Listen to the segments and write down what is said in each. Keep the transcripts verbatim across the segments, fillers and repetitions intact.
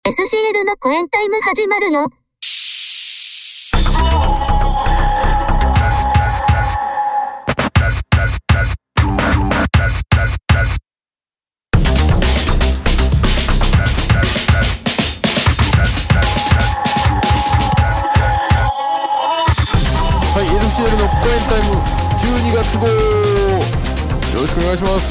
エスシーエル のコエンタイム始まるよ。 はい、エスシーエル のコエンタイムじゅうにがつ号、よろしくお願いします。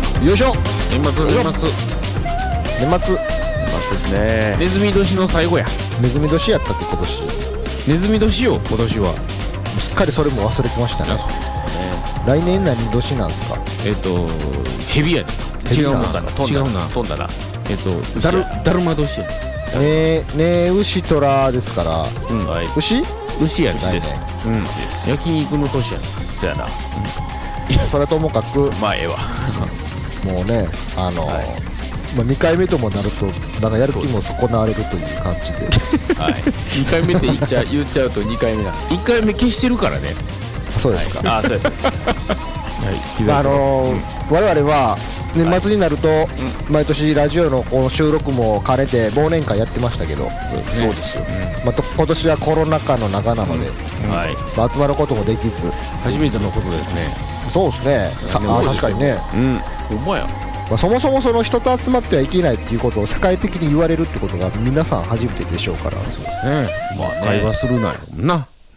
よいしょ。 年末年末年末年末ですね。 ネズミ年の最後や。 ネズミ年やったって今年。 ネズミ年よ今年は。 すっかりそれも忘れてましたね。来年何年なんですか。 えっとヘビやね。違うな違うな飛んだな。 えっとダルダルマ年やね。ねね牛虎ですから、 うん、 はい、 牛牛やね。 牛です、 うん、 牛です。 焼肉の年やね。 そやな、 それはともかくまあええわもうね、あの、はい、まあ、にかいめともなるとなんかやる気も損なわれるという感じで、 はい、にかいめって言っちゃう言っちゃうとにかいめなんですよ。 いっかいめ消してるからね。 そうですか、 はい、あそうですそうです、 はい、まああのーうん、我々は年末になると、はい、毎年ラジオのこの収録も兼ねて忘年会やってましたけど、 そうですよ、 うん、まあ、今年はコロナ禍の中なので、 うん、はい、 まあ、集まることもできず初めてのことですね。 そうですね、あ確かにね、 うん、ほんまや。 まあ、そもそもその人と集まってはいけないっていうことを世界的に言われるってことが皆さん初めてでしょうから。そうですね、まあ、会話するなよな、うん、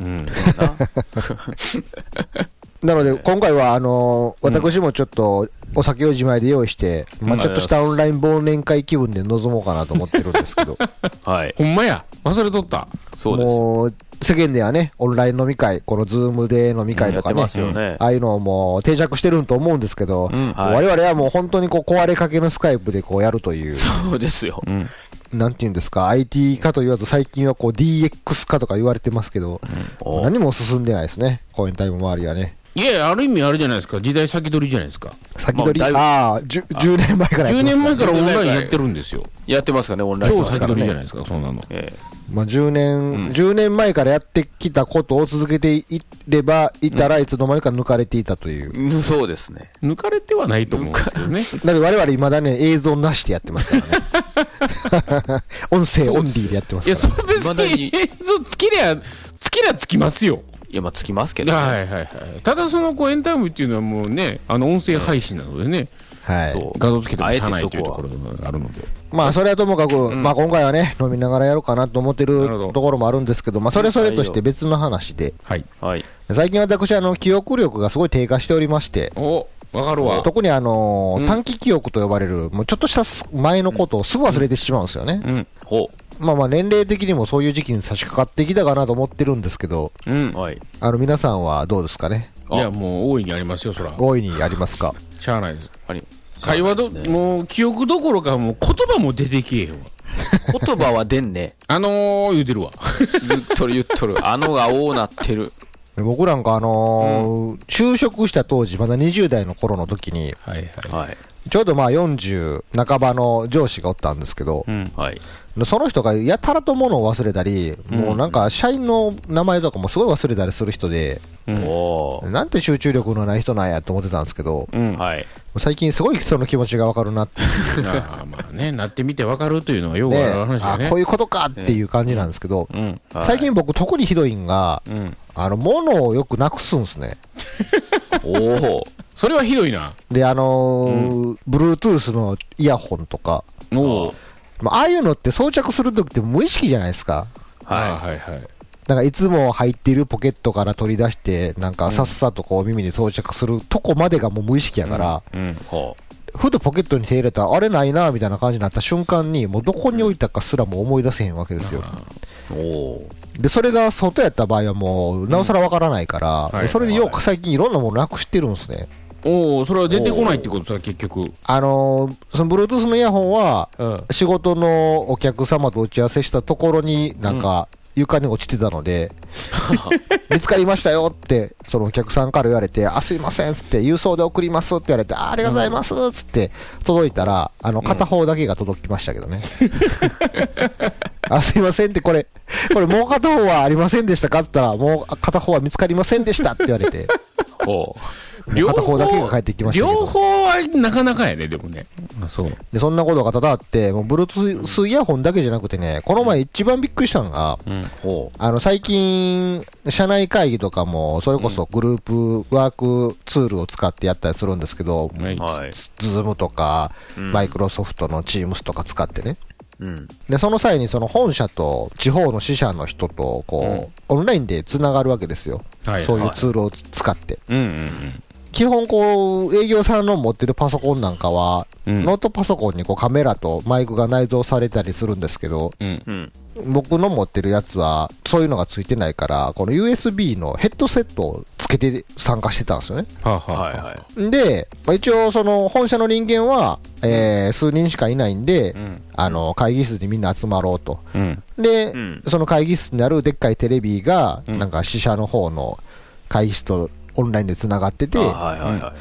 なので今回はあのー、私もちょっとお酒を自前で用意して、うん、まあ、ちょっとしたオンライン忘年会気分で臨もうかなと思ってるんですけどはい、 ほんまや忘れとった。 そうです。 もう世間ではね、オンライン飲み会、このズームで飲み会とか ね,、うん、ね、ああいうのも定着してると思うんですけど、うん、はい、我々はもう本当にこう壊れかけのスカイプでこうやるという。 そうですよ、うん、 なんていうんですか、 アイティー 化と言わず最近はこう ディーエックス 化とか言われてますけど、うん、何も進んでないですね、コエンタイム周りはね。 いや、ある意味あれじゃないですか、時代先取りじゃないですか。 先取り、まあ、ああ、じゅうねんまえからやってますか。 じゅうねんまえからオンラインやってるんですよ。 やってますかね、オンライン。 超先取りじゃないですか、そんなの。 ええ、まあ、じゅうねん、うん、じゅうねんまえからやってきたことを続けていれば、いたらいつの間にか抜かれていたという。 うん、そうですね。 抜かれてはないと思うんですけどね。 だって我々未だね、映像なしでやってますからね。音声オンリーでやってますから、ね。 いや、それ別に映像つけりゃ、つけりゃつきますよ。 いや、まあつきますけど、ね、 はいはいはい。ただそのコエンタイムっていうのはもうね、あの音声配信なのでね、 はい、 そう画像つけてもしゃないというところがあるので、 まあそれはともかく、うん、まあ今回はね飲みながらやろうかなと思ってるところもあるんですけど、まあそれそれとして別の話で、 はいはい、 最近私あの記憶力がすごい低下しておりまして、 おわかるわ。 特にあのーうん、短期記憶と呼ばれるもうちょっとした前のことをすぐ忘れてしまうんですよね、うんうん、ほう、まあまあ年齢的にもそういう時期に差し掛かってきたかなと思ってるんですけど、うん、あの皆さんはどうですかね。 いやもう大いにありますよ、そら。 大いにありますか。 しゃあないです。会話ど、ね、もう記憶どころかもう言葉も出てきえへんわ。 言葉は出んね。 あのー言うてるわ。 言っとる言っとる。あのがおうなってる。 僕なんかあのーうん、就職した当時まだにじゅう代の頃の時に、はいはいはい、ちょうどまあよんじゅう半ばの上司がおったんですけど、うんはい、その人がやたらと物を忘れたり、うん、もうなんか社員の名前とかもすごい忘れたりする人で、うん、なんて集中力のない人なんやと思ってたんですけど、うんはい、最近すごいその気持ちが分かるなってあまあね、なってみて分かるというのはよくある話だね。 ね、あこういうことかっていう感じなんですけど、うんはい、最近僕特にひどいんが、うんあの物をよくなくすんですね。 おお、それはひどいな。 で、あのーうん、Bluetooth のイヤホンとか、おまあ、ああいうのって装着するときって無意識じゃないですか。はいはいはい。だからいつも入っているポケットから取り出して、なんかさっさとこう耳に装着するとこまでがもう無意識やから、うんうん、ふとポケットに手入れたら、あれないなみたいな感じになった瞬間に、もうどこに置いたかすらも思い出せへんわけですよ。おでそれが外やった場合はもうなおさらわからないから、うんはい、それでよく最近いろんなものなくしてるんですね。 おお、それは出てこないってことさ、結局。 あのー、その Bluetooth のイヤホンは、うん、仕事のお客様と打ち合わせしたところになんか、うん床に落ちてたので見つかりましたよってそのお客さんから言われて、あすいませんっつって郵送で送りますって言われて、 あ, ありがとうございますっつって届いたら、あの片方だけが届きましたけどね、うん、あすいませんってこれこれもう片方はありませんでしたかって言ったら、もう片方は見つかりませんでしたって言われて片方だけが帰ってきましたけど。 両方はなかなかやね、でもね。あ、そう。 で、そんなことが多々あって、もう Bluetooth イヤホンだけじゃなくてね、この前一番びっくりしたのが、うん、あの、最近、社内会議とかも、それこそグループワークツールを使ってやったりするんですけど、はい、Zoom とか、マイクロソフトの Teams とか使ってね。うん、でその際にその本社と地方の支社の人とこう、うん、オンラインでつながるわけですよ、はい、そういうツールを使って、はい、基本こう営業さんの持ってるパソコンなんかは、うん、ノートパソコンにこうカメラとマイクが内蔵されたりするんですけど、うん、僕の持ってるやつはそういうのがついてないからこの ユーエスビー のヘッドセットをつけて参加してたんですよね。はあはあはあ、で、まあ、一応その本社の人間は、えー、数人しかいないんで、うん、あの会議室にみんな集まろうと、うん、で、うん、その会議室にあるでっかいテレビが、うん、なんか支社の方の会議室とオンラインでつながってて、はいはいはい、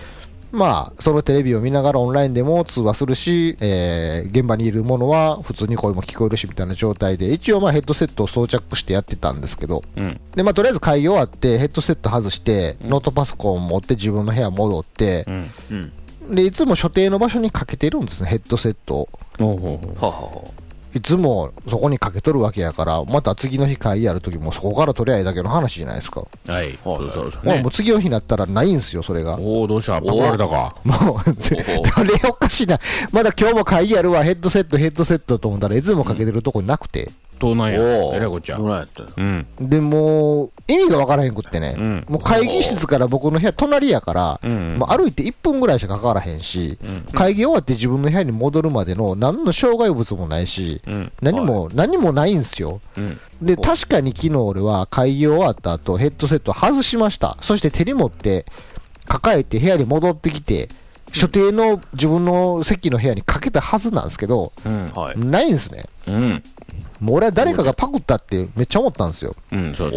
まあそのテレビを見ながらオンラインでも通話するし、えー、現場にいるものは普通に声も聞こえるしみたいな状態で一応まあヘッドセットを装着してやってたんですけど、うん、でまあとりあえず会議終わってヘッドセット外して、うん、ノートパソコンを持って自分の部屋戻って、うんうん、でいつも所定の場所にかけてるんですねヘッドセットを。ほうほうほうはあ、いつもそこにかけとるわけやからまた次の日会議やるときもそこから取り合いだけの話じゃないですか。はい、そうそうそう、ね、もう次の日になったらないんですよそれが。おお、どうしたパクられたか。もうあれおかしいな、まだ今日も会議やるわヘッドセットヘッドセットと思ったらいつもかけてるとこになくて、どうなんやえらいこっちゃ。どうなんやった、うん、でもう意味が分からへんくってね、うん、もう会議室から僕の部屋隣やから、うんうん、もう歩いていっぷんぐらいしかかからへんし、うん、会議終わって自分の部屋に戻るまでの何の障害物もないし、うん、何も、はい、何もないんですよ、うん、で確かに昨日俺は会議終わった後ヘッドセット外しました。そして手に持って抱えて部屋に戻ってきて所定の自分の席の部屋にかけたはずなんですけど、うんはい、ないんですね、うん、もう俺は誰かがパクったってめっちゃ思ったんですよ、うん、そう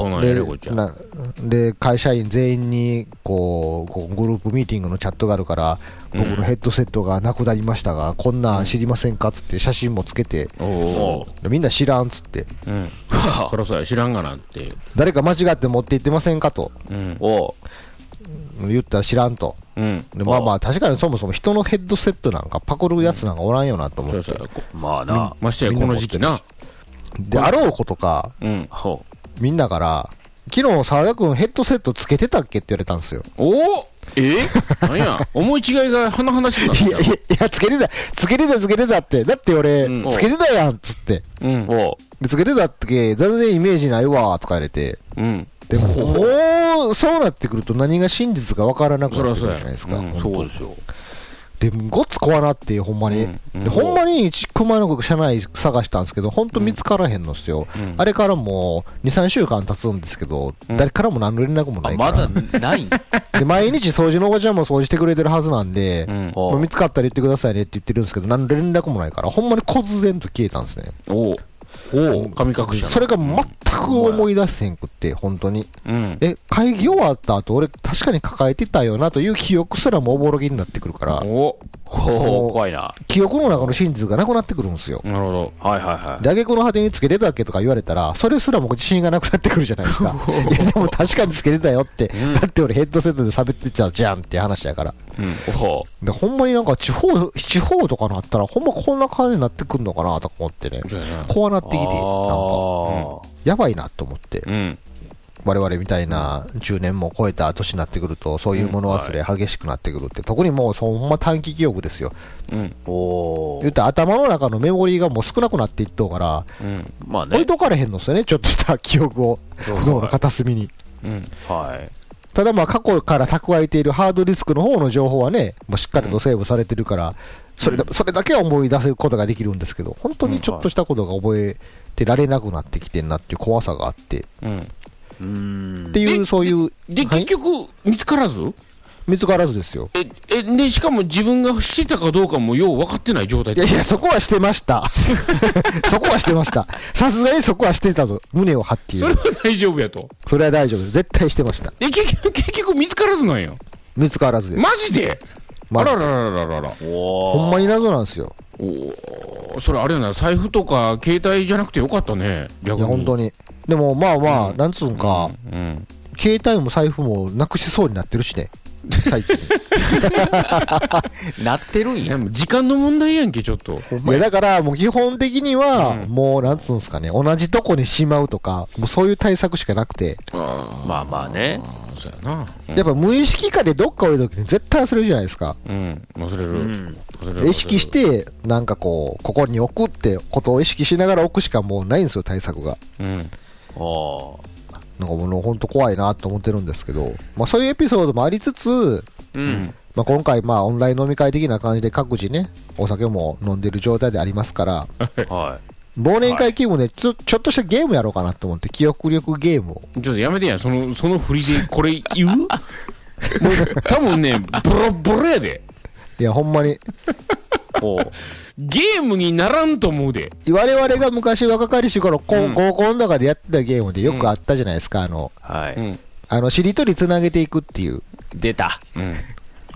で, で会社員全員にこうこうグループミーティングのチャットがあるから僕のヘッドセットがなくなりましたが、うん、こんなん知りませんかっつって写真もつけて、うん、みんな知らんっつって、うん、そりゃそうや知らんがなって誰か間違って持って行ってませんかと、うん、お言ったら知らんと、うん、でまあまあ確かにそもそも人のヘッドセットなんかパクるやつなんかおらんよなと思って、うん、まあな、ましてやこの時期なであろうことか、うん、みんなから昨日澤田君ヘッドセットつけてたっけって言われたんですよ。おおえなんや思い違いが甚だしくなった。いやいやつけてたつけてたつけてたってだって俺、うん、つけてたやんっつって、うん、でつけてたって全然イメージないわとか言われて、うんでももうそうなってくると何が真実か分からなくなってくるじゃないですか。そうですよ。でごっつ怖なってほんまに、うんうん、でほんまに熊野社内探したんですけど本当見つからへんのっすよ、うん、あれからもう にさんしゅうかん経つんですけど、うん、誰からも何の連絡もないから。まだないで毎日掃除のおばちゃんも掃除してくれてるはずなんで、うん、もう見つかったら言ってくださいねって言ってるんですけど何の連絡もないからほんまに忽然と消えたんですね。おお神隠しやな。それが全く思い出せへんくって本当に、うん、え会議終わった後俺確かに抱えてたよなという記憶すらもおぼろげになってくるからおお怖いな。記憶の中の真実がなくなってくるんですよ。なるほどはいはいはい。で挙句の果てにつけてたっけとか言われたらそれすらも自信がなくなってくるじゃないですかいやでも確かにつけてたよって、うん、だって俺ヘッドセットで喋ってたじゃんっていう話やから、うん、おでほんまになんか地方地方とかなったらほんまこんな感じになってくるのかなとか思ってねこうなってきてなんか、うん、やばいなと思って、うん我々みたいなじゅうねんも超えた年になってくるとそういう物忘れ激しくなってくるって、うんはい、特にもうほんま短期記憶ですよ、うん、お言ったら頭の中のメモリーがもう少なくなっていっとうから、うんまあね、置いとかれへんのですよねちょっとした記憶を脳の片隅に、うんはい、ただまあ過去から蓄えているハードディスクの方の情報はねもうしっかりとセーブされてるから、うん、それだ、それだけは思い出すことができるんですけど本当にちょっとしたことが覚えてられなくなってきてんなっていう怖さがあって、うんうーんっていうそういうで、はい、結局見つからず見つからずですよ。 ええでしかも自分がしてたかどうかもよう分かってない状態。 いやいやそこはしてましたそこはしてましたさすがにそこはしてたと胸を張っていう。 それは大丈夫やと。 それは大丈夫絶対してました。 え結局結局見つからずなんや。 見つからずです。 マジで、ま、あららららららほんまに謎なんですよ。 おそれあれやな財布とか携帯じゃなくてよかったね逆に。いや本当にでもまあまあ、うん、なんつうんか、うんうん、携帯も財布もなくしそうになってるしね。 最近。 なってるんや。 時間の問題やんけ、ちょっと。 いやだからもう基本的には、もうなんつうんですかね、同じとこにしまうとか、もうそういう対策しかなくて。 まあまあね。 そうやな。 やっぱ無意識化でどっか置いときに絶対忘れるじゃないですか。 うん、忘れる。うん、 忘れる。意識して、なんかこう、ここに置くってことを意識しながら置くしかもうないんですよ、対策が。うん。 おー。 なんかもう本当怖いなと思ってるんですけど、まあそういうエピソードもありつつ、うん。まあ今回まあオンライン飲み会的な感じで各自ね、お酒も飲んでる状態でありますから、はい。忘年会気分でちょ、ちょっとしたゲームやろうかなと思って、記憶力ゲームを。 ちょっとやめてや、その、その振りでこれ言うもう多分ね、ボロボロやで。 いや、ほんまに。 ゲームにならんと思うで。 我々が昔若かりし頃、うん、合コンの中でやってたゲームでよくあったじゃないですか、あの、はい。あの、しりとりつなげていくっていう。 出た。うん。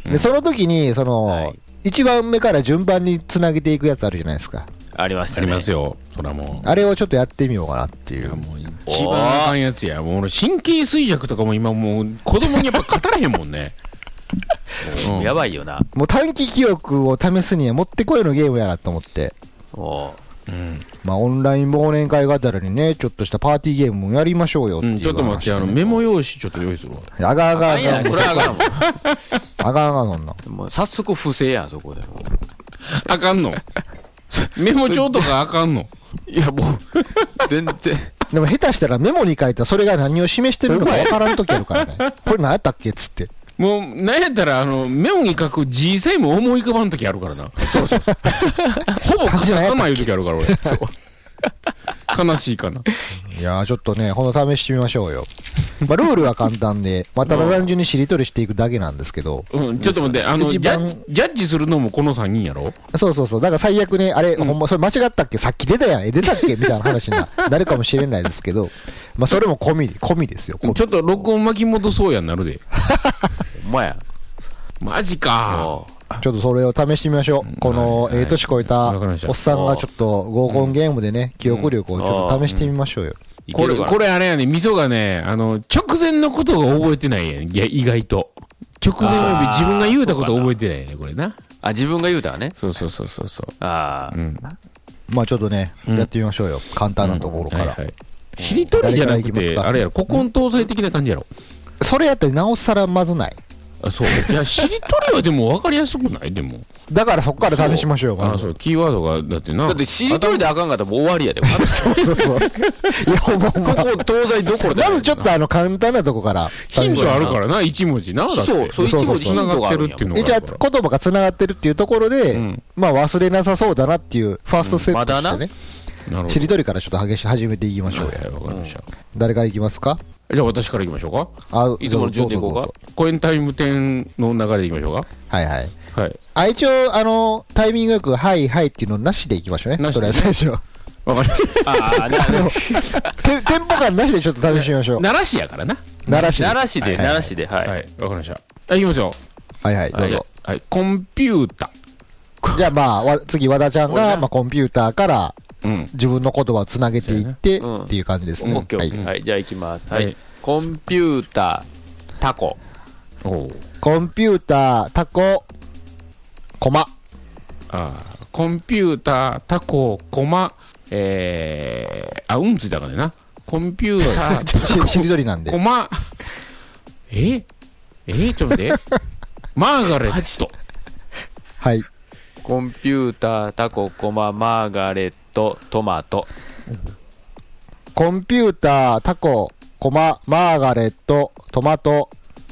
で、その時に、その、はい、いちばんめから順番につなげていくやつあるじゃないですか。 ありましたね。 ありますよ。そらもう。あれをちょっとやってみようかなっていう。いやもう一番あかんやつや。もう俺、神経衰弱とかも今もう子供にやっぱ語らへんもんね。 うん、やばいよな。 もう短期記憶を試すにはもってこいのゲームやなと思って。おうん、まあオンライン忘年会がたらにね、ちょっとしたパーティーゲームもやりましょうよっていう、 うん、ちょっと待って、あのメモ用紙ちょっと用意するわ。 あがあがあがあ。それあかんもん。 あがあがそんな。 もう早速不正やん、そこで。 あかんのメモ帳とかあかんのいや、もう、全然。 でも下手したらメモに書いたらそれが何を示してるのかわからんときあるからね。これ何やったっけっつって。 もう、なんやったら、あの、メモに書く字さえも思い浮かばんときあるからな。そうそうそう。ほぼ書かないときあるから、俺。そう。悲しいかな。 いやー、ちょっとね、ほんと試してみましょうよ。まあ、ルールは簡単で、まあ、ただ単純にしりとりしていくだけなんですけど。 うん、ちょっと待って、あの、ジャジャッジするのもこのさんにんやろ？ そうそうそう。だから最悪ね、あれ、うん、ほんま、それ間違ったっけ？さっき出たやん。え、出たっけ？みたいな話になるかもしれないですけど、まあ、それも込み、込みですよ。 ちょっと録音巻き戻そうやんなるで。 ほんまや。 マジか。 ちょっとそれを試してみましょう。この、ええ年こいたおっさんがちょっと合コンゲームでね、記憶力をちょっと試してみましょうよ。 これ、これあれやね、味噌がね、あの、直前のことが覚えてないやん。いや、意外と。直前は自分が言うたこと覚えてないね、これな。 あ、自分が言うたわね。 そうそうそうそう。 ああ。うん。 まあちょっとね、やってみましょうよ。簡単なところから。 しりとりじゃなくて、あれやろ、古今東西的な感じやろ。 それやったらなおさらまずない。 あ、そう。いや、しりとりはでも分かりやすくないでも。 だからそこから試しましょう。 あ、そう。キーワードが、だってな。 だってしりとりであかんかったらもう終わりやで。そうそうそう。いや、ほんまここ東西どころで。 まずちょっとあの簡単なとこから。 ヒントあるからな、一文字な。 そう、そう、一文字ヒントがあるっていうのが。 じゃあ言葉が繋がってるっていうところで、まあ忘れなさそうだなっていうファーストステップとしてね。しりとりからちょっと激し始めていきましょうや。わかりました。誰からいきますか？ じゃあ私からいきましょうか。 あ、 いつもの順でいこうか。 コエンタイム展の流れでいきましょうか。 はいはい。はい。あ、一応、あの、タイミングよく、はいはいっていうのなしでいきましょうね。なしで。最初。 わかりました。ああ、なるほど。 テンポ感なしでちょっと試してみましょう。 ならしやからな。 ならしで。ならしで、ならしで、はい。 はい、わかりました。はい、いきますよ。 はいはい、どうぞ。 はい、コンピュータ。 じゃあまあ、次、和田ちゃんが、まあ、コンピューターから、うん、自分の言葉をつなげていってっていう感じですね。 オッケーオッケー。はい、じゃあ行きます。はい。コンピューター、タコ。 コンピューター、タコ、コマ。 ああ、コンピューター、タコ、コマ、えー、あ、うんついたからねな。コンピューター、タコ、 しりとりなんで。 コマ、ええちょっと待って。マーガレット。 はい。 コンピューター、タコ、コマ、マーガレット、トマト。 コンピューター、タコ、コマ、マーガレット、トマト。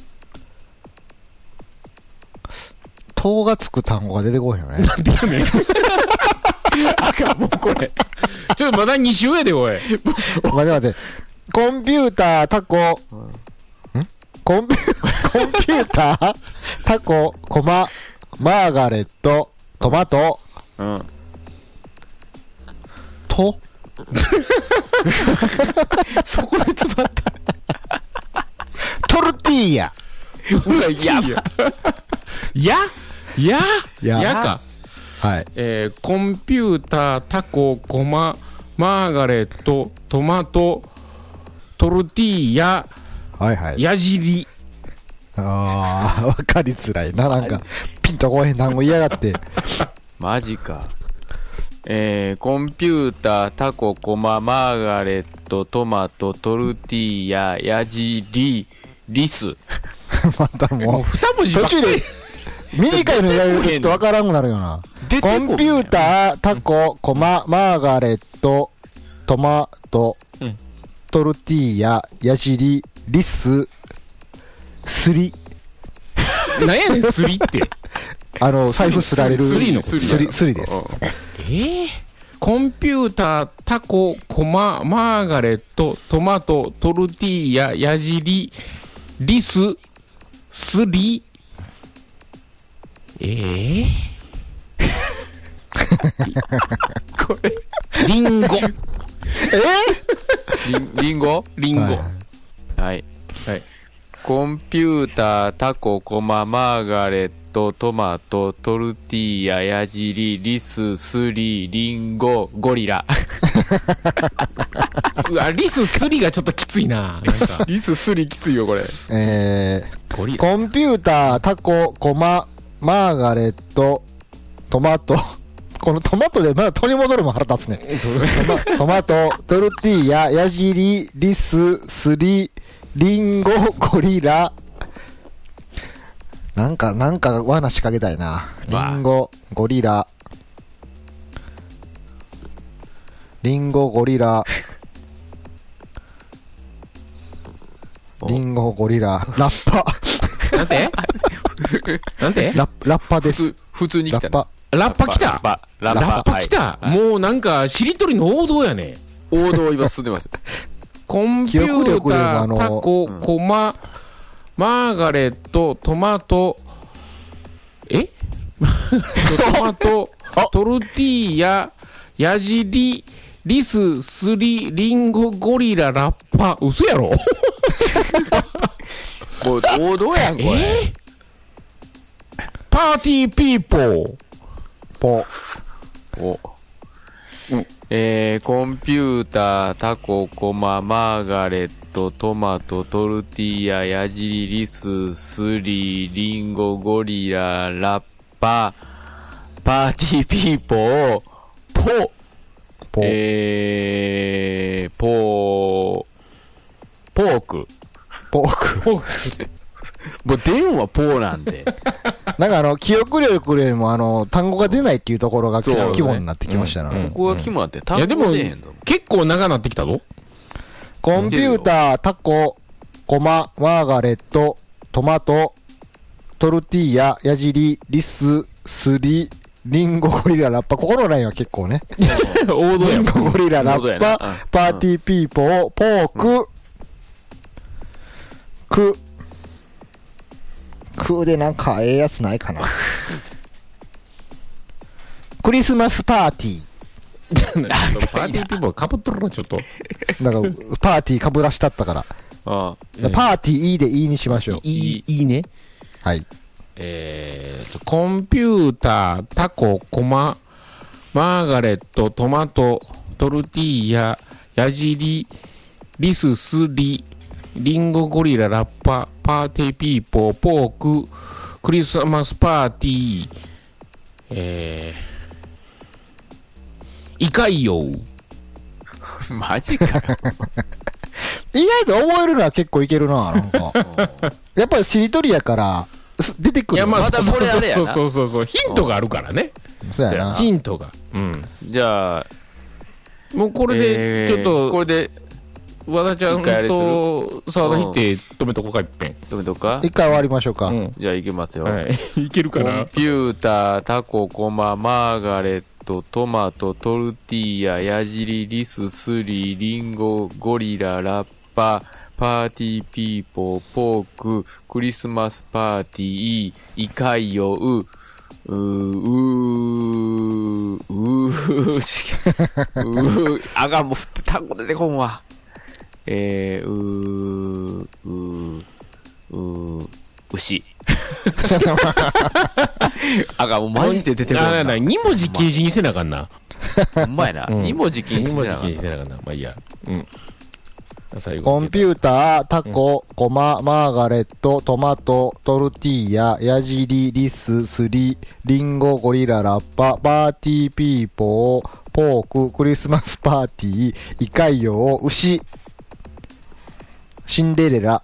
糖がつく単語が出てこへんよね。 なんでやねん。あかん、もうこれ。ちょっとまだに週やで、おい。 待って待って。コンピューター、タコ、んコンピュ、コンピューター、タコ、コマ、マーガレット、トマト、うん。とそこで詰まった。 トルティーヤ。 うわ、やば。 ややややか。はい。えー、コンピューター、タコ、コマ、マーガレット、トマト、トルティーヤ、 はいはい。 矢尻。 ああ、わかりづらいな。なんか、ピンとこへん単語嫌がって。 マジか。えー、コンピューター、タコ、コマ、マーガレット、トマト、トルティーヤ、ヤジリ、リス。 またもう、 もう二文字ばっかり。 途中で、短いの言われるとちょっとわからんくなるよな。コンピューター、タコ、コマ、マーガレット、トマト、 うん、 トルティーヤ、ヤジリ、リス、スリ。 なんやねん、スリって。 あの、財布すられる。 スリのスリ、スリ、スリです。 えー、コンピューター、タコ、コマ、マーガレット、トマト、トルティーヤ、ヤジリ、リス、スリ、えー、 これ。 リンゴ。 リン、リンゴリンゴ。 はい。はい。コンピューター、タコ、コマ、マーガレット、トマト、トルティーヤ、ヤジリ、リス、スリ、リンゴ、ゴリラ。 うわ、リス、スリがちょっときついな。なんか。 リス、スリきついよ、これ。 えゴリー、コンピューター、タコ、コマ、マーガレット、トマト。このトマトでまだ取り戻るも腹立つね。トマ、トマト、トルティーヤ、ヤジリ、リス、スリ、リンゴ、ゴリラ。なんか、なんか罠仕掛けたいな。リンゴ、ゴリラ。リンゴ、ゴリラ。リンゴ、ゴリラ。ラッパ。 なんてなんてララッパです。 普通、普通に来た、 ラッパ来たラッパ、ラッパ、 ラッパ来た、はい、もうなんか、しりとりの王道やね。 王道今進んでます。 コンピューター、タコ、コマ、マーガレット、トマト、えトマト、トルティーヤ、ヤジリ、リス、スリ、リンゴ、ゴリラ、ラッパ。嘘やろもう王道やん、これ。 えパーティーピーポー。 ポ。 お。えー、コンピューター、タコ、コマ、マーガレット、トマト、トルティーヤ、ヤジリ、リス、スリ、リンゴ、ゴリラ、ラッパ、パーティーピーポー、ポ、 ポ、 えー、ポー、ポーク。 ポーク。 ポーク。 もう、電話ポーなんで。 なんかあの、記憶力よりもあの、単語が出ないっていうところが肝になってきましたな。 ここが肝になって、単語が出へんの。 結構長なってきたぞ。 コンピューター、タコ、コマ、マーガレット、トマト、トルティーヤ、ヤジリ、リス、スリ、リンゴ、ゴリラ、ラッパ。ここのラインは結構ね。 王道やん。 リンゴ、ゴリラ、ラッパ、パーティーピーポー、ポーク、ク、クでなんかええやつないかな。クリスマスパーティー。 パーティーピーポーかぶっとるな、ちょっと。 だから、パーティーかぶらしたったから。 ああパーティーいいでいいにしましょう。 いい、いいね。 はい。 えーと、コンピューター、タコ、コマ、マーガレット、トマト、トルティーヤ、ヤジリ、リス、スリ、リンゴ、ゴリラ、ラッパ、パーティーピーポー、ポーク、クリスマスパーティー、えー、イカイヨウ。 マジか。 意外と覚えるのは結構いけるな、なんか。やっぱりしりとりやから、出てくる。 いや、まあ、 まだこれあれやな。 そうそうそうそう、ヒントがあるからね。 そうやな。 ヒントが。うん。 じゃあ、 もうこれで、ちょっと、 えー、これで、 和田ちゃんと沢田引って止めとこうか、いっぺん。 止めとくか一回終わりましょうか。 うん、 じゃあ行きますよ。 はい。いけるかな。 コンピューター、タコ、コマ、マーガレット、トマト、トルティーヤ、ヤジリ、リス、スリ、リンゴ、ゴリラ、ラッパ、パーティーピーポー、ポーク、クリスマスパーティー、イカイヨウ、うー、うー、うー、うー、あがんもう単語出てこんわ。えー、うー、うー、うー、牛。あがんもうマジで出てこんな。 あ、な、に文字禁止にせなあかんな。 ほんまやな。 うん、 に文字禁止せなあかんな。 に文字禁止せなあかんな。まあいいや。うん。 コンピューター、タコ、コマ、マーガレット、トマト、トルティーヤ、ヤジリ、リス、スリ、リンゴ、ゴリラ、ラッパ、パーティーピーポー、ポーク、クリスマスパーティー、イカイヨウ、牛、シンデレラ。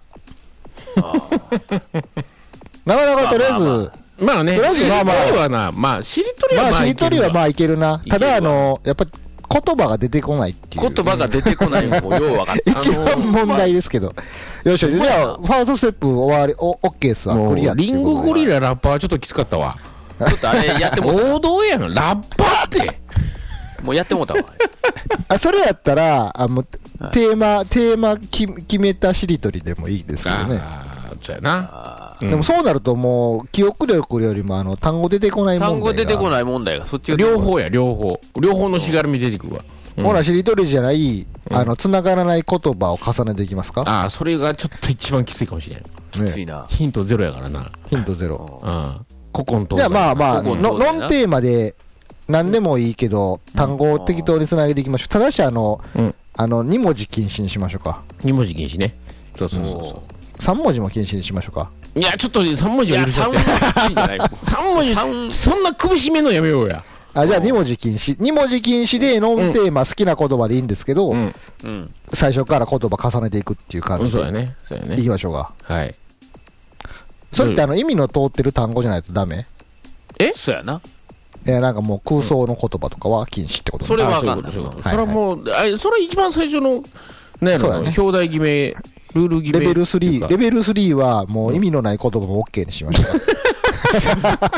なかなかとりあえず、 まあね、しりとりはな、まあ、しりとりはまあ、 しりとりはまあいけるな。ただ、あの、やっぱ、言葉が出てこないっていう。 言葉が出てこないのもよう分かった。 一番問題ですけど。よいしょ、じゃあ、ファーストステップ終わり、オッケーっすわ。クリア。 リンゴゴリララッパーはちょっときつかったわ。 ちょっとあれやってもうた。 王道やん、ラッパーって。 もうやってもうたわ。 あ、それやったら、あの、テーマ、テーマき決めたしりとりでもいいですけどね。 ああ、そうやな。 でもそうなるともう、記憶力よりも、あの、単語出てこない問題が。 単語出てこない問題が、そっちが。 両方や、両方。両方のしがらみ出てくるわ。 ほら、しりとりじゃない、あの、繋がらない言葉を重ねていきますか？ ああ、それがちょっと一番きついかもしれない。 きついな。 ヒントゼロやからな。 ヒントゼロ。 うん。古今東西。 じゃあまあまあ、ノンテーマで、何でもいいけど、単語を適当に繋げていきましょう。ただし、あの、あの、に文字禁止にしましょうか。 に文字禁止ね。そうそうそうそう。 さん文字も禁止にしましょうか。 いや、ちょっとさん文字は許しちゃって。さん文字、そんな首絞めんのやめようや。 あ、じゃあに文字禁止。に文字禁止でノンテーマ好きな言葉でいいんですけど、 うん。 最初から言葉重ねていくっていう感じで。 そうやね。そうやね。 いきましょうか。 はい。 それってあの意味の通ってる単語じゃないとダメ？ え？そうやな。 いや、なんかもう空想の言葉とかは禁止ってことね。 それはわかんない。 それはもう、あ、それは一番最初の、ねやろ、表題決め、ルール決め。 レベルスリー、レベルスリーはもう意味のない言葉も OK にしました。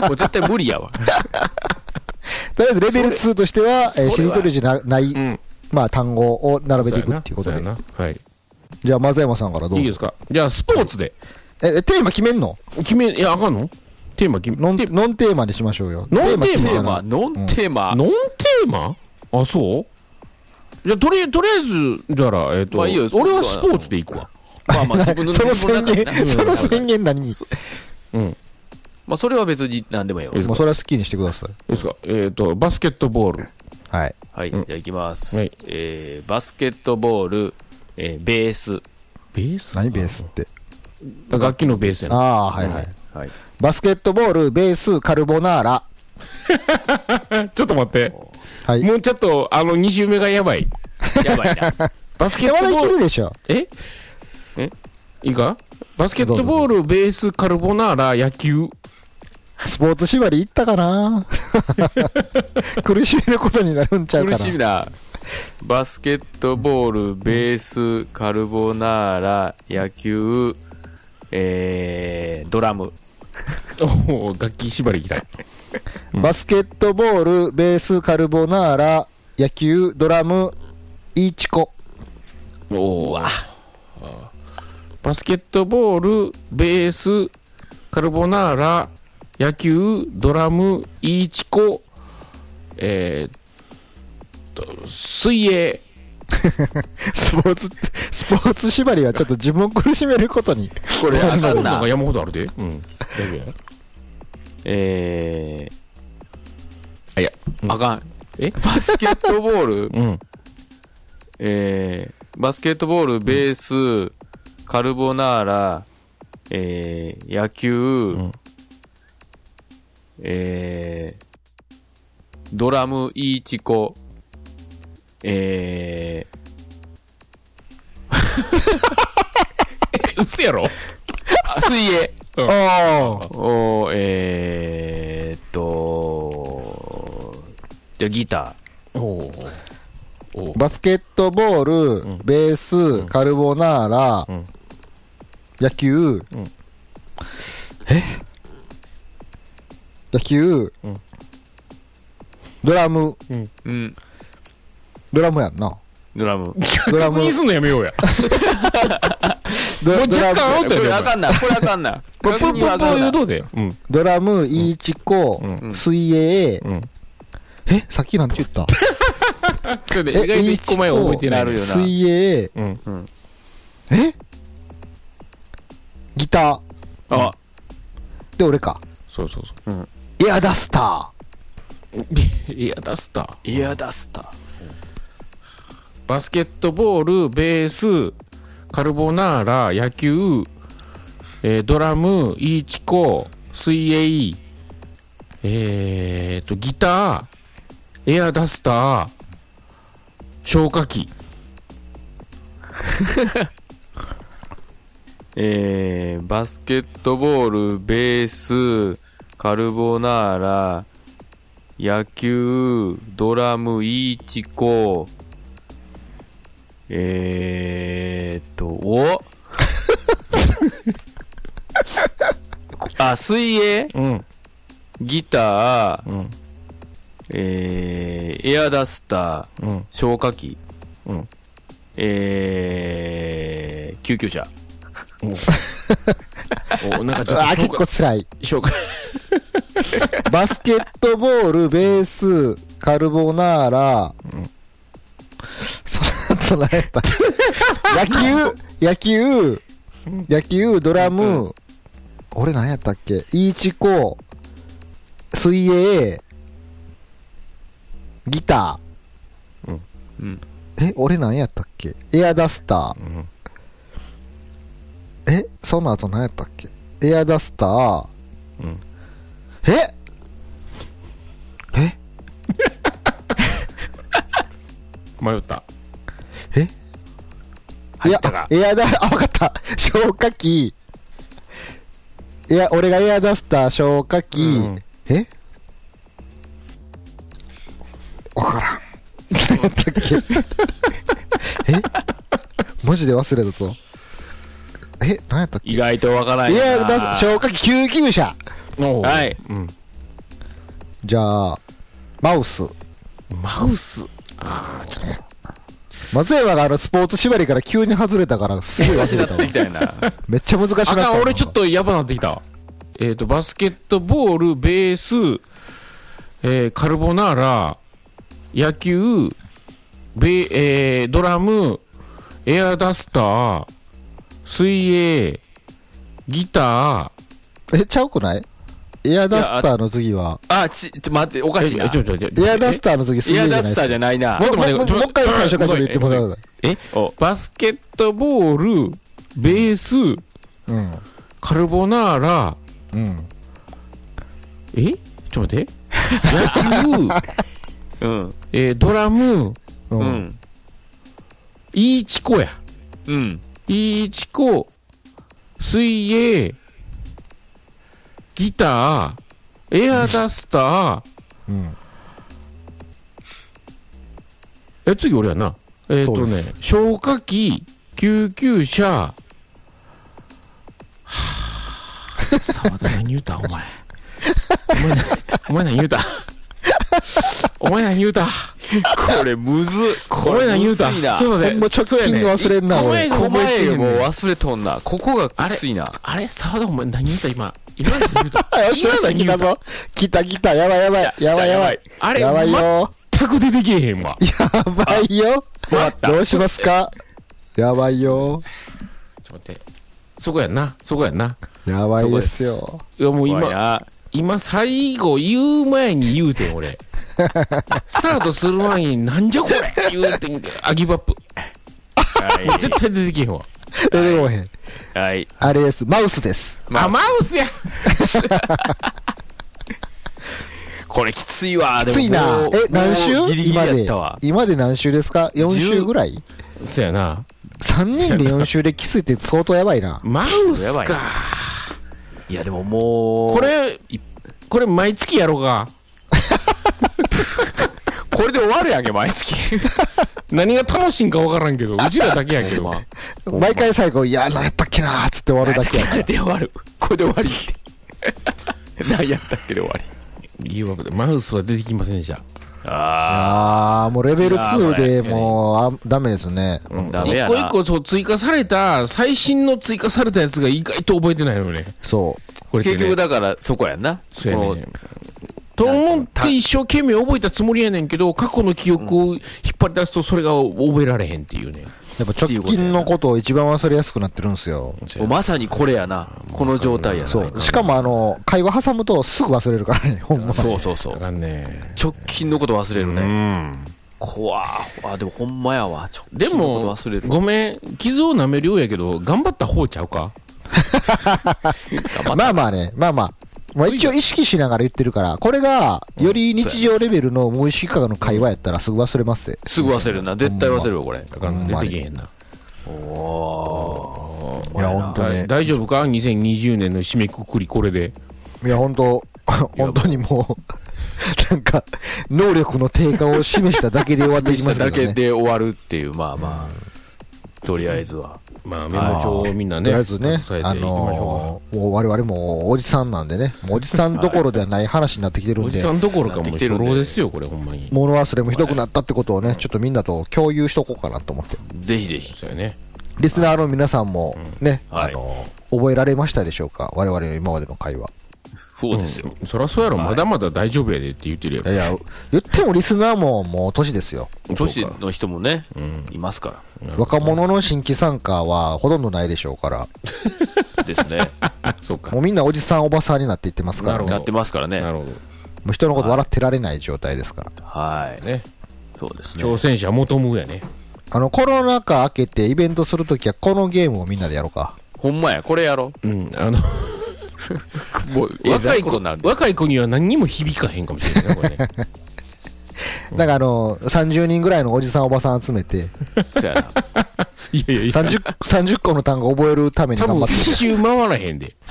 もう絶対無理やわ。 とりあえずレベルツーとしては、えー、しりとりじゃない、まあ単語を並べていくっていうことで。 はい。 じゃあ、松山さんからどうぞ。 いいですか。じゃあ、スポーツで。 え、テーマ決めんの？ 決め、いや、あかんの？テーマ決め、 ノン、ノンテーマにしましょうよ。 ノンテーマ、ノンテーマ。 ノンテーマ？あ、そう？じゃあ、とり、とりあえず、じゃあ、えっと、俺はスポーツでいくわ。 まあまあ、自分のその宣言、その宣言何？ うん。 まあ、それは別に何でもいいよ。 もうそれは好きにしてください。 いいですか。えっと、バスケットボール。 はい。 はい。じゃあ、いきます。えー、バスケットボール、えー、ベース。 ベース？ 何ベースって？ 楽器のベースやな。 ああ、はいはい。 はい。 バスケットボール、ベース、カルボナーラ。 ちょっと待って。 はい。 もうちょっと、あの、に周目がやばい。 やばいな。 バスケットボール。 まだいけるでしょ。 ええいいか？バスケットボール、ベース、カルボナーラ、野球。 スポーツ縛りいったかな苦しめることになるんちゃうかな。 苦しみだ。バスケットボール、ベース、カルボナーラ、野球、えー、ドラム。 おお、楽器縛りいきたい。 バスケットボール、ベース、カルボナーラ、野球、ドラム、イーチコ。 おお。バスケットボール、ベース、カルボナーラ、野球、ドラム、イーチコ、えー、っと、水泳。 スポーツ、スポーツ縛りはちょっと自分を苦しめることに。 これ、あかんな。 山ほどあるで。うん。 えー、あ、いや、 うん、 あかん。えバスケットボール、 うん、 えー、バスケットボール、ベース、カルボナーラ、えー、野球、うん、えー、ドラム、イーチコ、えー、え、嘘やろ水泳。 うん、 おー、えーっと、じゃあギター。 おおバスケットボール、うん、ベース、うん、カルボナーラ、うん、野球、うん、え野球、うん、ドラム、 うんうん、 ドラムやんな。 ドラム。 ドラム。確認すんのやめようや。もう若干アウトやで。 これあかんな。これあかんな。 プップップ言うとで。 ドラム、イーチコ、水泳。えさっきなんて言ったそれで意外といっこまえ覚えてないよな。 水泳。えギター。 あで、俺か。 そうそうそう。 エアダスター。エアダスター。エアダスター。 バスケットボール、ベース、 カルボナーラ、野球、えー、ドラム、イーチコ、水泳、えーと、ギター、エアダスター、消火器。 えー、バスケットボール、ベース、カルボナーラ、野球、ドラム、イーチコ、えーっと、おあ、水泳、 うん、 ギター、 うん、 えー、エアダスター、 うん、 消火器、 うん、 えー、救急車。 おなんかちょっとあ、結構辛い。 消火バスケットボール、ベース、カルボナーラ、うん、その後何やった野球、野球、野球、ドラム、うん、俺何やったっけイーチコ、水泳、ギター、うんうん、え、俺何やったっけエアダスター、うん、え、その後何やったっけエアダスター、うん、ええ迷った。 えいや、エアダ、あ、わかった。消火器。いや、俺がエアダスター、消火器。うん、えわからん。何やったっけえマジで忘れたぞ。え何やったっけ意外とわからんやな。 エアダス、消火器、救急車。 はい。うん、 じゃあ、マウス。 マウスああ、ちょっと。 松山があのスポーツ縛りから急に外れたからすごい忘れたわ。 みたいな。 めっちゃ難しくなった。 あかん、俺ちょっとやばなってきた。えっ、ー、と、バスケットボール、ベース、えー、カルボナーラ、野球、ベえー、ドラム、エアダスター、水泳、ギター。え、ちゃうくないエアダスターの次は。 あ、ち、ちょ、待って、おかしいな。 エアダスターの次、 エアダスターじゃないな。 もう一回最初から言ってもらう。 えバスケットボール、ベース、うん、カルボナーラ、うん、えちょっと待って。野球、うん、えー、ドラム、うん、イーチコや。うん。イーチコ、水泳、ギター、エアダスター、うん、え、次俺やな。えっ、ー、とね、消火器、救急車、はぁ、沢田何言うたお前。お前、お前何言うたお前何言うたこれむずい。これむずいな。 ちょっと待って。ほんま直近の忘れんな、 俺。こまえもう忘れとんな。ここがきついな。 あれ沢田お前何言うた今。今何言うたよしよし、来たぞ。来た来た。やばいやばい。やばいやばい。 あれやばいよ。 全く出てけえへんわ。 やばいよ。どうしますかやばいよ。 ちょっと待って。そこやんな。そこやんな。 やばいですよ。 いやもう今、今最後言う前に言うてん俺。スタートする前になんじゃこれ言うてんけど、アギブアップ。はい、絶対出てけへんわ。 出てこへん。 はい。 あれです。マウスです。 あ、マウスやこれきついわ。 きついな。え、何週ギリギリやったわ。今で何週ですか ?よん 週ぐらいそやな。 さんにんでよん週できついって相当やばいな。 マウスか。 いやでももう。 これ、これ毎月やろうか。 これで終わるやんけ、毎月。 何が楽しいんか分からんけど、うちらだけやけど。 毎回最後、いや、何やったっけなーっつって終わるだけやから。 で終わる。これで終わりって。何やったっけで終わり。 理由はマウスは出てきませんでした。 ああ、もうレベルツーでもうダメですね。 一個一個そう追加された、最新の追加されたやつが意外と覚えてないのね。 そう。 結局だからそこやんな。 そうやね。と思って一生懸命覚えたつもりやねんけど、過去の記憶を引っ張り出すとそれが覚えられへんっていうね。 やっぱ直近のことを一番忘れやすくなってるんですよ。 まさにこれやな。この状態やな。 そう。しかもあの、会話挟むとすぐ忘れるからね、ほんま。 そうそうそう。 ね、 直近のこと忘れるね。 怖あ、でもほんまやわ。ちょでも、ごめん、傷を舐めるようやけど、頑張った方ちゃうかまあまあね、まあまあ。もう一応意識しながら言ってるから、これが、より日常レベルの無意識化の会話やったらすぐ忘れますぜ。 すぐ忘れるな。絶対忘れるわ、これ。 だから出てけへんな。 おー。いや、ほんとね。 大丈夫か ?にせんにじゅうねんの締めくくり、これで。 いや、ほんと、本当にもう、なんか、能力の低下を示しただけで終わっていきますね。だけで終わるっていう、まあまあ、とりあえずは。 まあ、メモ帳をみんなね、 とりあえずね、あのー、もう我々もおじさんなんでね、もうおじさんどころではない話になってきてるんで、 おじさんどころかもう初老ですよ、これ、ほんまに。 物忘れもひどくなったってことをね、ちょっとみんなと共有しとこうかなと思って。 ぜひぜひ。 そうやね。 リスナーの皆さんもね、うん、あのー、はい、覚えられましたでしょうか、我々の今までの会話。 そうですよ。 うん、そりゃそうやろ、はい、まだまだ大丈夫やでって言ってるやろ。 いや、言ってもリスナーももう年ですよ。 年の人もね、うん、いますから。 若者の新規参加はほとんどないでしょうから。 ですね。 そうか。もうみんなおじさんおばさんになっていってますからね。 なってますからね。なるほど。 もう人のこと笑ってられない状態ですから。 はい。ね。そうですね。 挑戦者求むやね。 あの、コロナ禍明けてイベントするときはこのゲームをみんなでやろうか。 ほんまや、これやろう。 うん、あの、もう若い子なんで。若い子には何にも響かへんかもしれないね、これね。 だからあの、さんじゅうにんぐらいのおじさんおばさん集めて、 そうやな。 いやいやいや。さんじゅう、さんじゅっこの単語覚えるために頑張って。 多分一周回らへんで。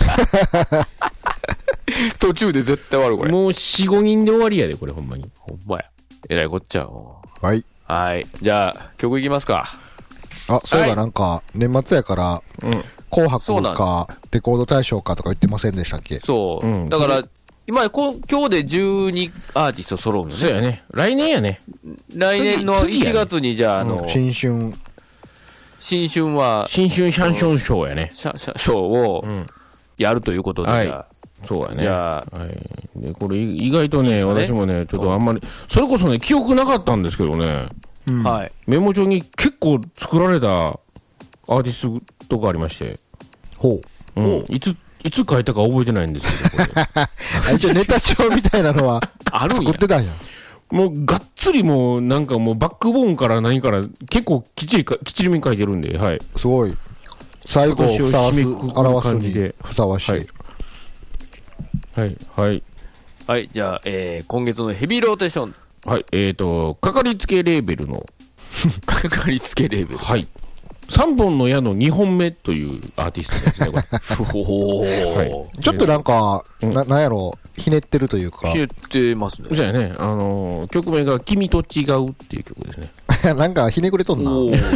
途中で絶対終わる、これ。 もうよん、ごにんで終わりやで、これほんまに。 ほんまや。えらいこっちゃ。 はい。 はい。じゃあ、曲いきますか。 あ、そうだ、なんか、年末やから、うん。紅白か、レコード大賞かとか言ってませんでしたっけ？ そう。うん、だから、今、こ今日でじゅうにアーティスト揃うのね。 そうやね。来年やね。 来年のいちがつにじゃあ、あの、うん、 新春。 新春は、 新春シャンション賞やね。 シャンシャン賞を、やるということで、 はい、 じゃあ。 そうやね。じゃあ、はい。で、これ、意外とね、いいね私もね、ちょっとあんまり、それこそね、記憶なかったんですけどね。 うん、はい。 メモ帳に結構作られたアーティストがありまして。 ほう。うん。いつ、いつ書いたか覚えてないんですけど、これ。一応ネタ帳みたいなのは、あるんや。作ってたんや。 もう、がっつりもう、なんかもう、バックボーンから何から、結構きっちりか、きっちりめに書いてるんで、はい。 すごい。最後をふさわす、表すにふさわしい。はい。 はい、はい。 はい、じゃあ、えー、今月のヘビーローテーション。 はい、えーと、かかりつけレーベルの。 かかりつけレーベル。 はい。さんぼんの矢のにほんめというアーティストですね、これ。 はい。 ちょっとなんか、な、なんやろ、ひねってるというか。 ひねってますね。 そうやね。あのー、曲名が君と違うっていう曲ですね。 なんかひねくれとんな。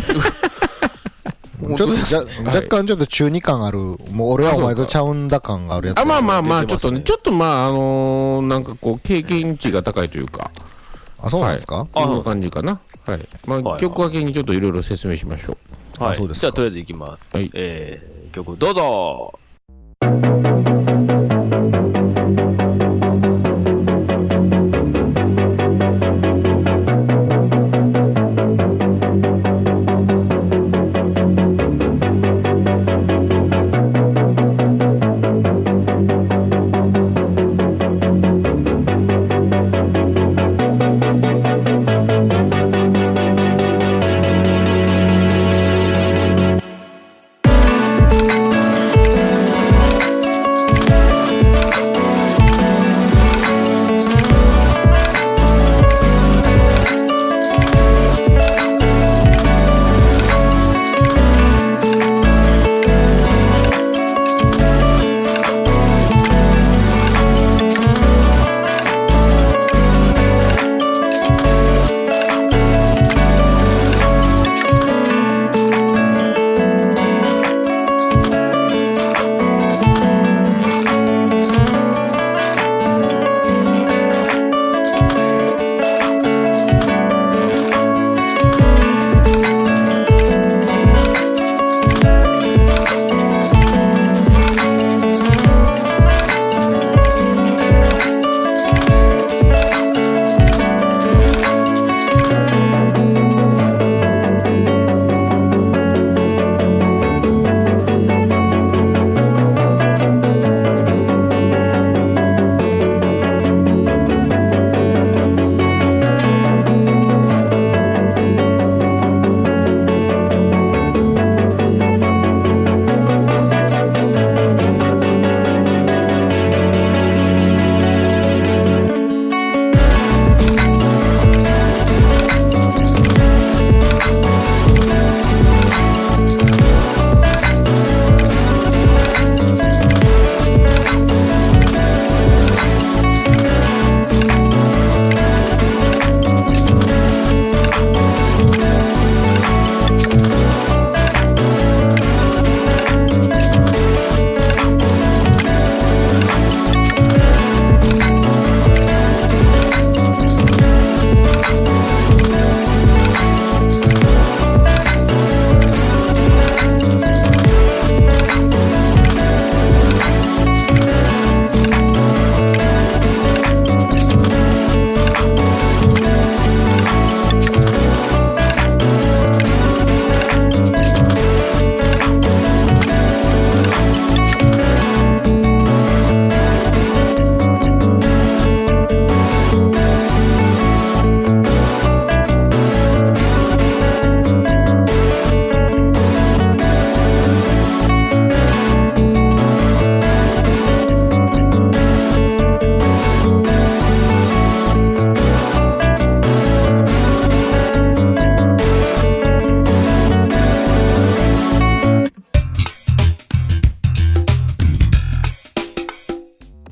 ちょっとじゃ、若干ちょっと中二感ある、もう俺はお前とちゃうんだ感があるやつ。 あ、まあまあまあ、ちょっとね、ちょっとまあ、あのー、なんかこう、経験値が高いというか。 あ、そうなんですか？ あ、そんな感じかな。はい。まあ、曲分けにちょっといろいろ説明しましょう。はい。じゃあ、とりあえずいきます。はい。えー、曲どうぞ。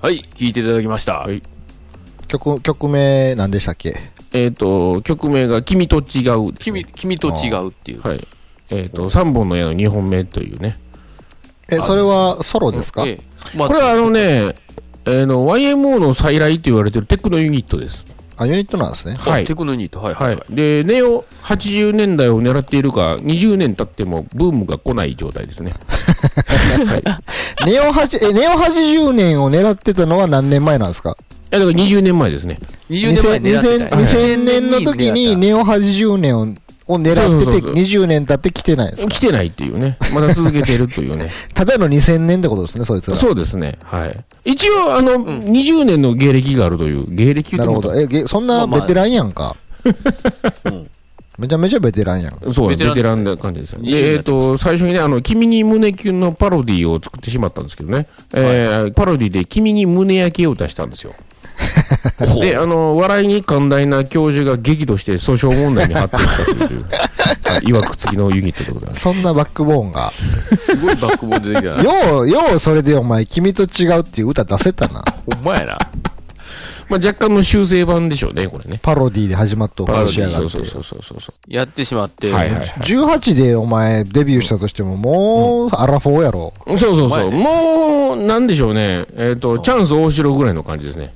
はい、聴いていただきました。はい。 曲、曲名何でしたっけ？ えっと、曲名が君と違う、ね。 君、君と違うっていう。 はい。えっと、さんぼんの矢のにほんめというね。 え、それはソロですか？ええ、まあ、これはあのね、えー、の ワイエムオー の再来と言われてるテクノユニットです。 あ、ユニットなんですね。 はい。テクノユニット、はい、はい、はい。 で、ネオはちじゅうねんだいを狙っているか、にじゅうねん経ってもブームが来ない状態ですね。 はい、ネオはち、え、ネオはちじゅうねんを狙ってたのは何年前なんですか？ いや、だからにじゅうねんまえですね。 にじゅうねんまえ狙ってた。 にせんねんの時にネオはちじゅうねんをを狙ってて、にじゅうねん経って来てないですか？ 来てないっていうね。まだ続けてるというね。 ただのにせんねんってことですね、そいつら。 そうですね。はい。一応、あの、うん、にじゅうねんの芸歴があるという、芸歴なるほど。え、そんなベテランやんか。まあまあうん、めちゃめちゃベテランやん。 そう、ベテランな感じですよ。で、えっと、最初にね、あの、君に胸キュンのパロディを作ってしまったんですけどね。えーはい、パロディで君に胸焼けを出したんですよ。で、あの、笑いに寛大な教授が激怒して訴訟問題に発展したという、いわくつきのユニットでございます。 そんなバックボーンが。 すごいバックボーン出てきたな。 よう、よう、それでお前、君と違うっていう歌出せたな。 ほんまやな。 まあ、若干の修正版でしょうね、これね。 パロディで始まったパロディそうそうそうそうそう。 やってしまって。 はいはいはい。 じゅうはちでお前、デビューしたとしても、もう、アラフォーやろ。 そうそうそう。もう、なんでしょうね。えっと、チャンス大城ぐらいの感じですね。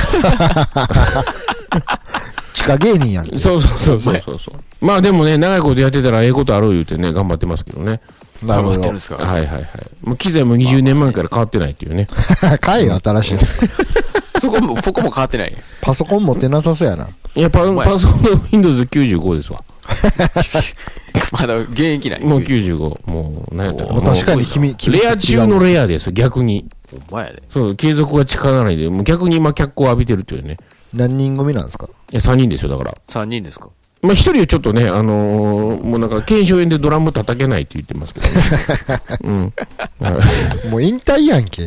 地下芸人やんけ。 そうそうそうそうそうそう。まあでもね、長いことやってたらええことあろう言うてね、頑張ってますけどね。 頑張ってるんですか？ はいはいはい。もう機材もにじゅうねんまえから変わってないっていうね。 買えよ、新しいの。 そこも、そこも変わってない。 パソコン持ってなさそうやな。 いや、パ, パソコンの ウィンドウズきゅうじゅうご ですわ。 まだ現役ない。 もうきゅうじゅうご。もう、何やったかな。 確かに君、君。 レア中のレアです、逆に。 お前ね。 そう、継続が力ないで、もう逆に今脚光を浴びてるっていうね。 何人組なんですか？ いや、さんにんですよ、だから。 さんにんですか？ まあ、ひとりはちょっとね、あのー、もうなんか、腱鞘炎でドラム叩けないって言ってますけどね。うん。 もう引退やんけ。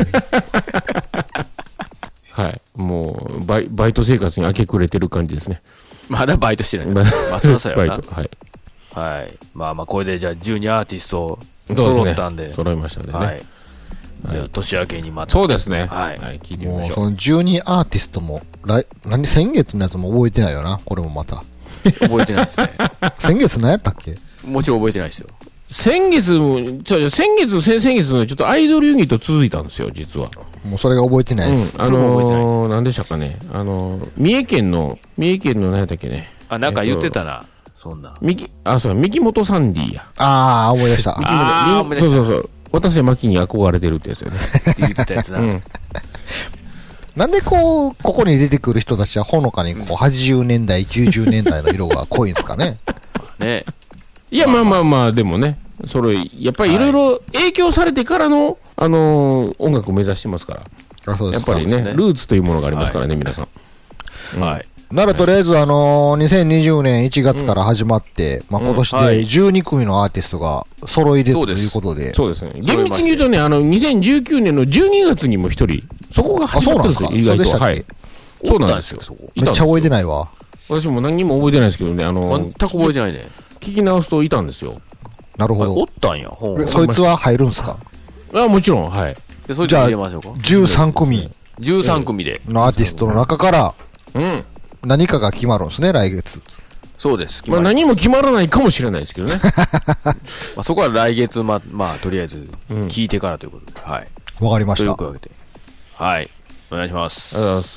はい。もうバイ、バイト生活に明け暮れてる感じですね。 まだバイトしてない。まあ、そらそうやな。 バイト、はい。 はい。まあまあ、これでじゃあじゅうにアーティスト揃ったんで。 でね、揃いましたね。 はい。はい、年明けにまた。 そうですね。 はい。 はい、聞いてみましょう。 もうそのじゅうにアーティストも、来、何、先月のやつも覚えてないよな。これもまた。 覚えてないですね。 先月何やったっけ？ もちろん覚えてないですよ。 先月も、ちょ、先月、先々月のちょっとアイドルユニット続いたんですよ、実は。 もうそれが覚えてないです。 うん、あのー、何でしたかね。あのー、三重県の、三重県の何やったっけね。 あ、なんか言ってたな。えっと、そんな。 みき、あ、そう、三木本サンディや。 ああ、思い出した。 ああ、思い出した。 そうそうそう。渡瀬真希に憧れてるってやつよね。 って言ってたやつな。うん。 なんでこう、ここに出てくる人たちはほのかにこう、はちじゅうねんだい、きゅうじゅうねんだいの色が濃いんですかね。 ね。 いや、まあまあまあ、でもね、それ、やっぱりいろいろ影響されてからの、あのー、音楽を目指してますから。 あ、そうです。 やっぱりね、ルーツというものがありますからね、皆さん。 はい。 ならとりあえず、あのー、にせんにじゅうねんいちがつから始まって、まあ今年でじゅうにくみのアーティストが揃いでということで。 そうですね。厳密に言うとね、あの、にせんじゅうきゅうねんのじゅうにがつにも一人、そこが始まったんですよ、意外と。はい。そうなんですよ。 めっちゃ覚えてないわ。 私も何にも覚えてないですけどね、あの、 全く覚えてないね。 聞き直すといたんですよ。 なるほど。 おったんや。 そいつは入るんすか？ あ、もちろん、はい。 じゃあ、じゅうさんくみ。 じゅうさんくみで。 のアーティストの中から、うん。何かが決まるんですね、来月。 そうです。 まあ何も決まらないかもしれないですけどね。 まあそこは来月、ま、まあとりあえず聞いてからということで。はい。 わかりました。 というわけで。はい。お願いします。 ありがとうございます。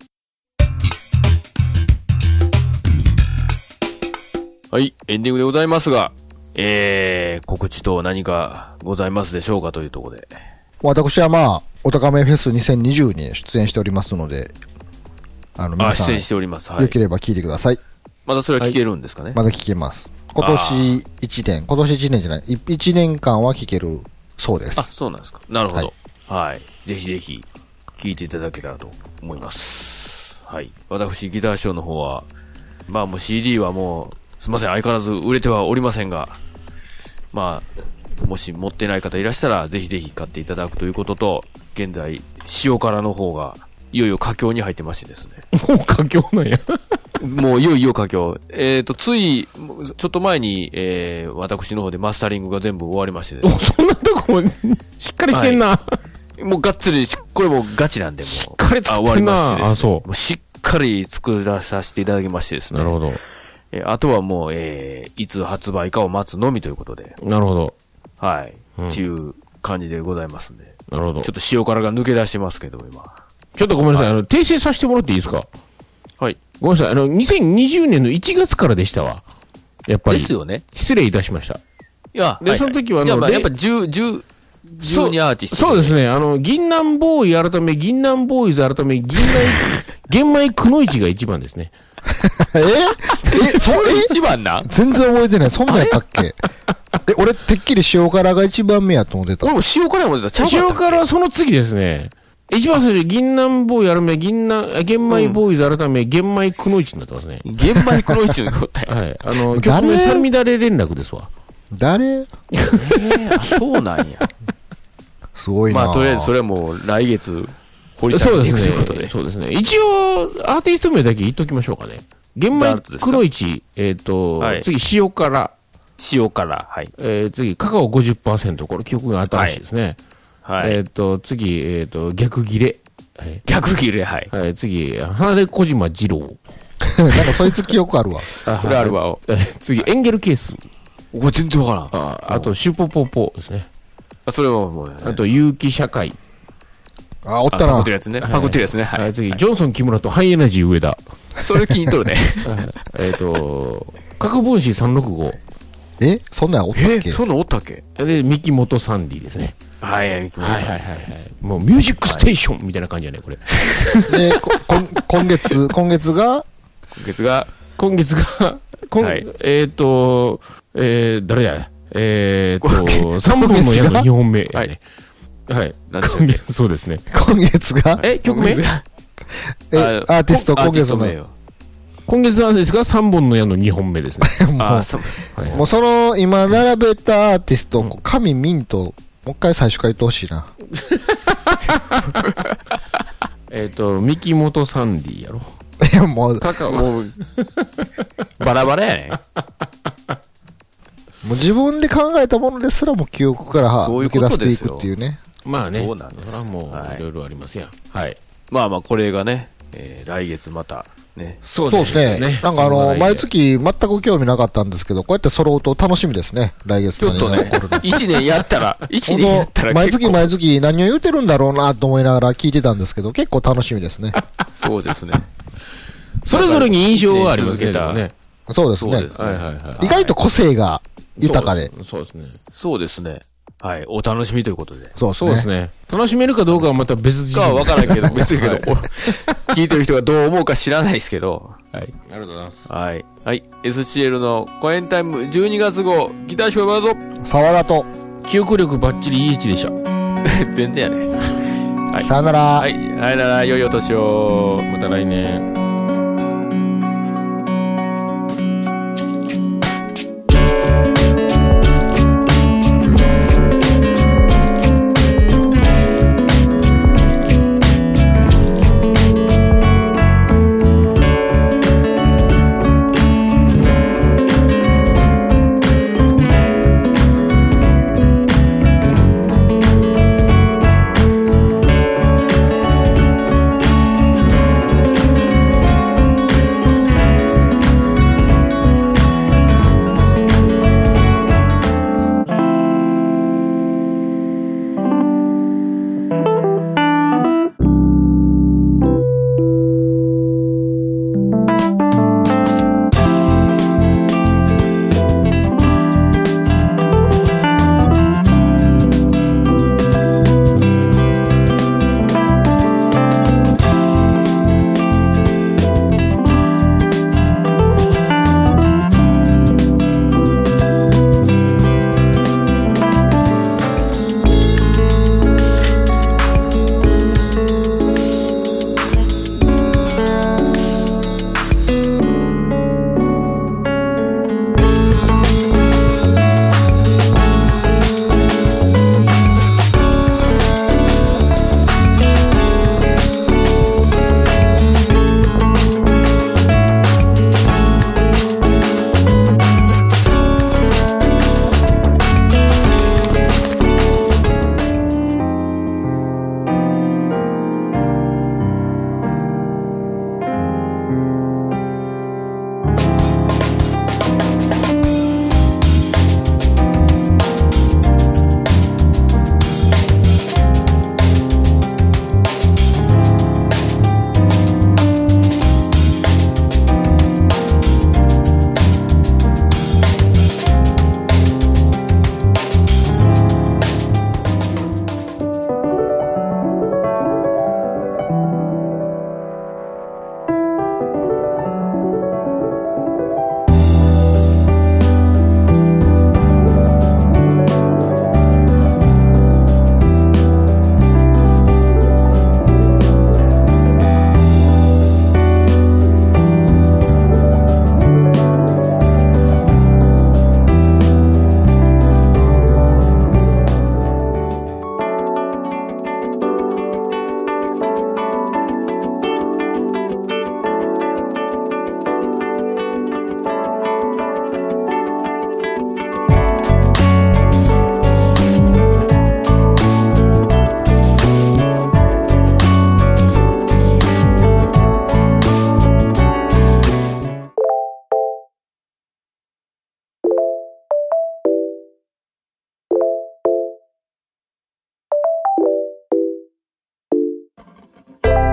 はい。エンディングでございますが、えー、告知等何かございますでしょうかというところで。 私はまあ、お高めフェスにせんにじゅうに出演しておりますので、あの、皆さん、 出演しております。はい。 よければ聞いてください。 まだそれは聞けるんですかね、はい、 まだ聞けます。今年いちねん、今年いちねんじゃない、いちねんかんは聞けるそうです。 あ、そうなんですか。なるほど。はい。はい、ぜひぜひ、聞いていただけたらと思います。はい。私、ギターショーの方は、まあもう シーディー はもう、すいません、相変わらず売れてはおりませんが、まあ、もし持ってない方いらしたら、ぜひぜひ買っていただくということと、現在、塩辛の方が、いよいよ佳境に入ってましてですね。 もう佳境なんや。 もういよいよ佳境。えっと、つい、ちょっと前に、えー、私の方でマスタリングが全部終わりましてですね。 そんなとこも、しっかりしてんな。はい、 もうがっつり、これもうガチなんで、もう。しっかり作ってんな。あ、あ、そう。 もうしっかり作らさせていただきましてですね。 なるほど。 えー、あとはもう、えー、いつ発売かを待つのみということで。 なるほど。 はい。うん、っていう感じでございますんで。 なるほど。 ちょっと塩辛が抜け出してますけど、今。 ちょっとごめんなさい。はい、あの、訂正させてもらっていいですか？ はい。 ごめんなさい。あの、にせんにじゅうねんのいちがつからでしたわ。やっぱり。 ですよね。 失礼いたしました。 いや、 で、はいはい、その時はあの、 じゃあまあやっぱじゅう、じゅう、じゅうにアーティスト。 そうですね。あの、銀杏ボーイ改め、銀杏ボーイズ改め、銀杏、玄米くのいちが一番ですね。 ええ、 それ一番な全然覚えてない。そんなんやったっけ？え、俺、てっきり塩辛が一番目やと思ってた。 俺も塩辛や思ってた。ちゃうかったっけ？ 塩辛はその次ですね。一番最初、銀杏ボーイ改め、銀杏、玄米ボーイズ改め、玄米くのいちになってますね。 玄米くのいちの答え。 はい。あの、曲名さみだれ連絡ですわ。 誰？ えー、あ、そうなんや。 すごいな。 まあ、とりあえずそれも来月、掘り下げていくということで。 そうですね。一応、アーティスト名だけ言っときましょうかね。玄米くのいち、えっと、はい、次、塩辛。 塩辛、はい。 えー、次、カカオ ごじゅっパーセント。これ記憶が新しいですね。はい。えっと、次、えっと、逆切れ。 はい、逆切れ、はい。 はい、次、花で小島二郎。なんかそいつ記憶あるわ。 これあるわ。 次、エンゲルケース。 これ全然わからん。 あ, あと、シュポポポですね。 あ、それはもう、 ね、あと、有機社会。 あ、おったな。 パクってるやつね。パクってるやつね。 はい。はい、次、ジョンソン木村とハイエナジー上田。 それ気に取るね。 えっと、核分子さんろくご。 えそんなんおったっけ？ えそんなんおったっけ？ で、三木元サンディですね。 はい、三木元サンディ。はいはいはい。 もう、ミュージックステーションみたいな感じやね、これ。 で、こ今月、今月が今月が今月が、今はい、えっ、ー、と、えー、誰やえっ、ー、と、さんぼんの矢のにほんめ、ね。はい。はい。今月、そうですね。 今月がえ、曲名え、アーティスト、今月の。 今月のアーティストがさんぼんの矢のにほんめですね。 もう、そはいはい、もうその、今並べたアーティスト、神ミント、もう一回最初から言ってほしいな。 えっと、三木元サンディやろ。 いや、もう、 カカオ、もう、バラバラやね。 もう自分で考えたものですらも記憶から抜け出していくっていうね。 まあね。 そうなんです。 それはもう、いろいろありますやん。はい。 まあまあ、これがね、えー、来月また、ね。 そうですね。なんかあの、毎月全く興味なかったんですけど、こうやって揃うと楽しみですね。来月ちょっとね、一年やったら、一年やったら毎月毎月何を言ってるんだろうなと思いながら聞いてたんですけど、結構楽しみですね。 そうですね。 それぞれに印象はありますけどね。 そうですね。 はいはいはい。 意外と個性が豊かで。 そうですね。 そうですね。はい。お楽しみということで。 そうですね。 楽しめるかどうかはまた別事かは分からんけど、別にけど、聞いてる人がどう思うか知らないですけど。 はい。ありがとうございます。 はい。はい。エスシーエル のコエンタイムじゅうにがつ号、ギターショーバード。 沢田と。 記憶力バッチリ イーエイチ でした。 全然やね。はい。 さよなら。 はい。さよなら。良いお年を。 また来年。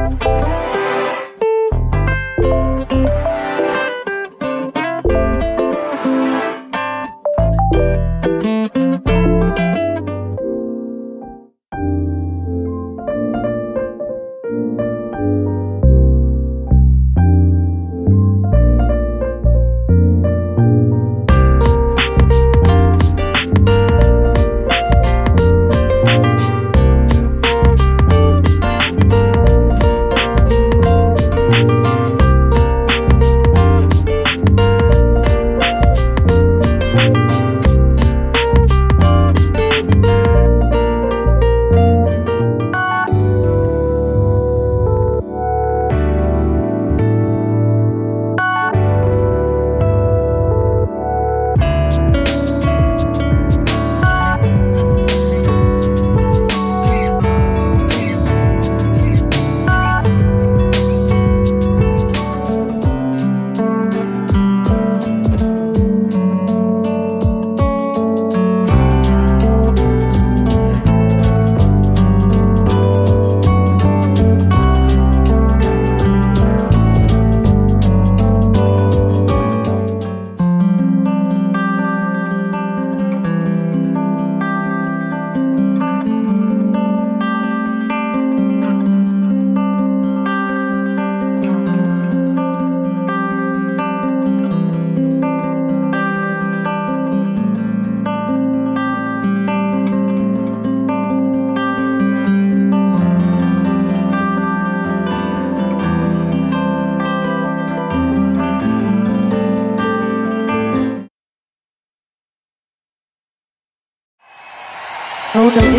音亀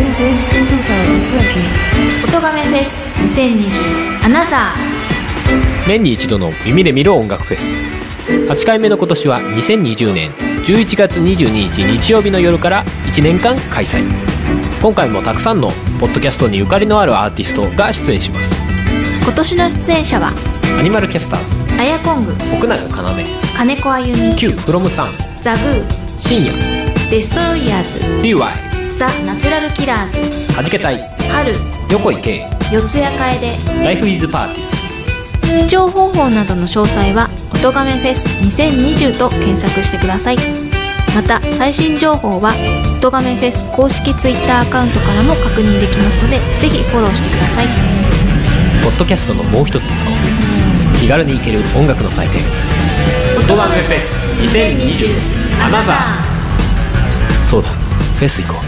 フェスにせんにじゅうアナザー。 年に一度の耳で見る音楽フェス。はちかいめの今年はにせんにじゅうねんじゅういちがつにじゅうににち日曜日の夜からいちねんかん開催。今回もたくさんのポッドキャストにゆかりのあるアーティストが出演します。 今年の出演者はアニマルキャスターズ、 アヤコング、 奥永要、 金子あゆみ、 Q フロムさん、 ザグー、 深夜、 デストロイヤーズ、 ディーワイ、 ザ・ナチュラルキラーズ、 はじけたい、 春、 横井圭、 四谷楓、 ライフイズパーティー。 視聴方法などの詳細は音亀フェスにせんにじゅうと検索してください。また最新情報は音亀フェス公式ツイッターアカウントからも確認できますので、ぜひフォローしてください。 ポッドキャストのもう一つの顔、気軽に行ける音楽の祭典、音亀フェスにせんにじゅうアナザー。そうだ、フェス行こう。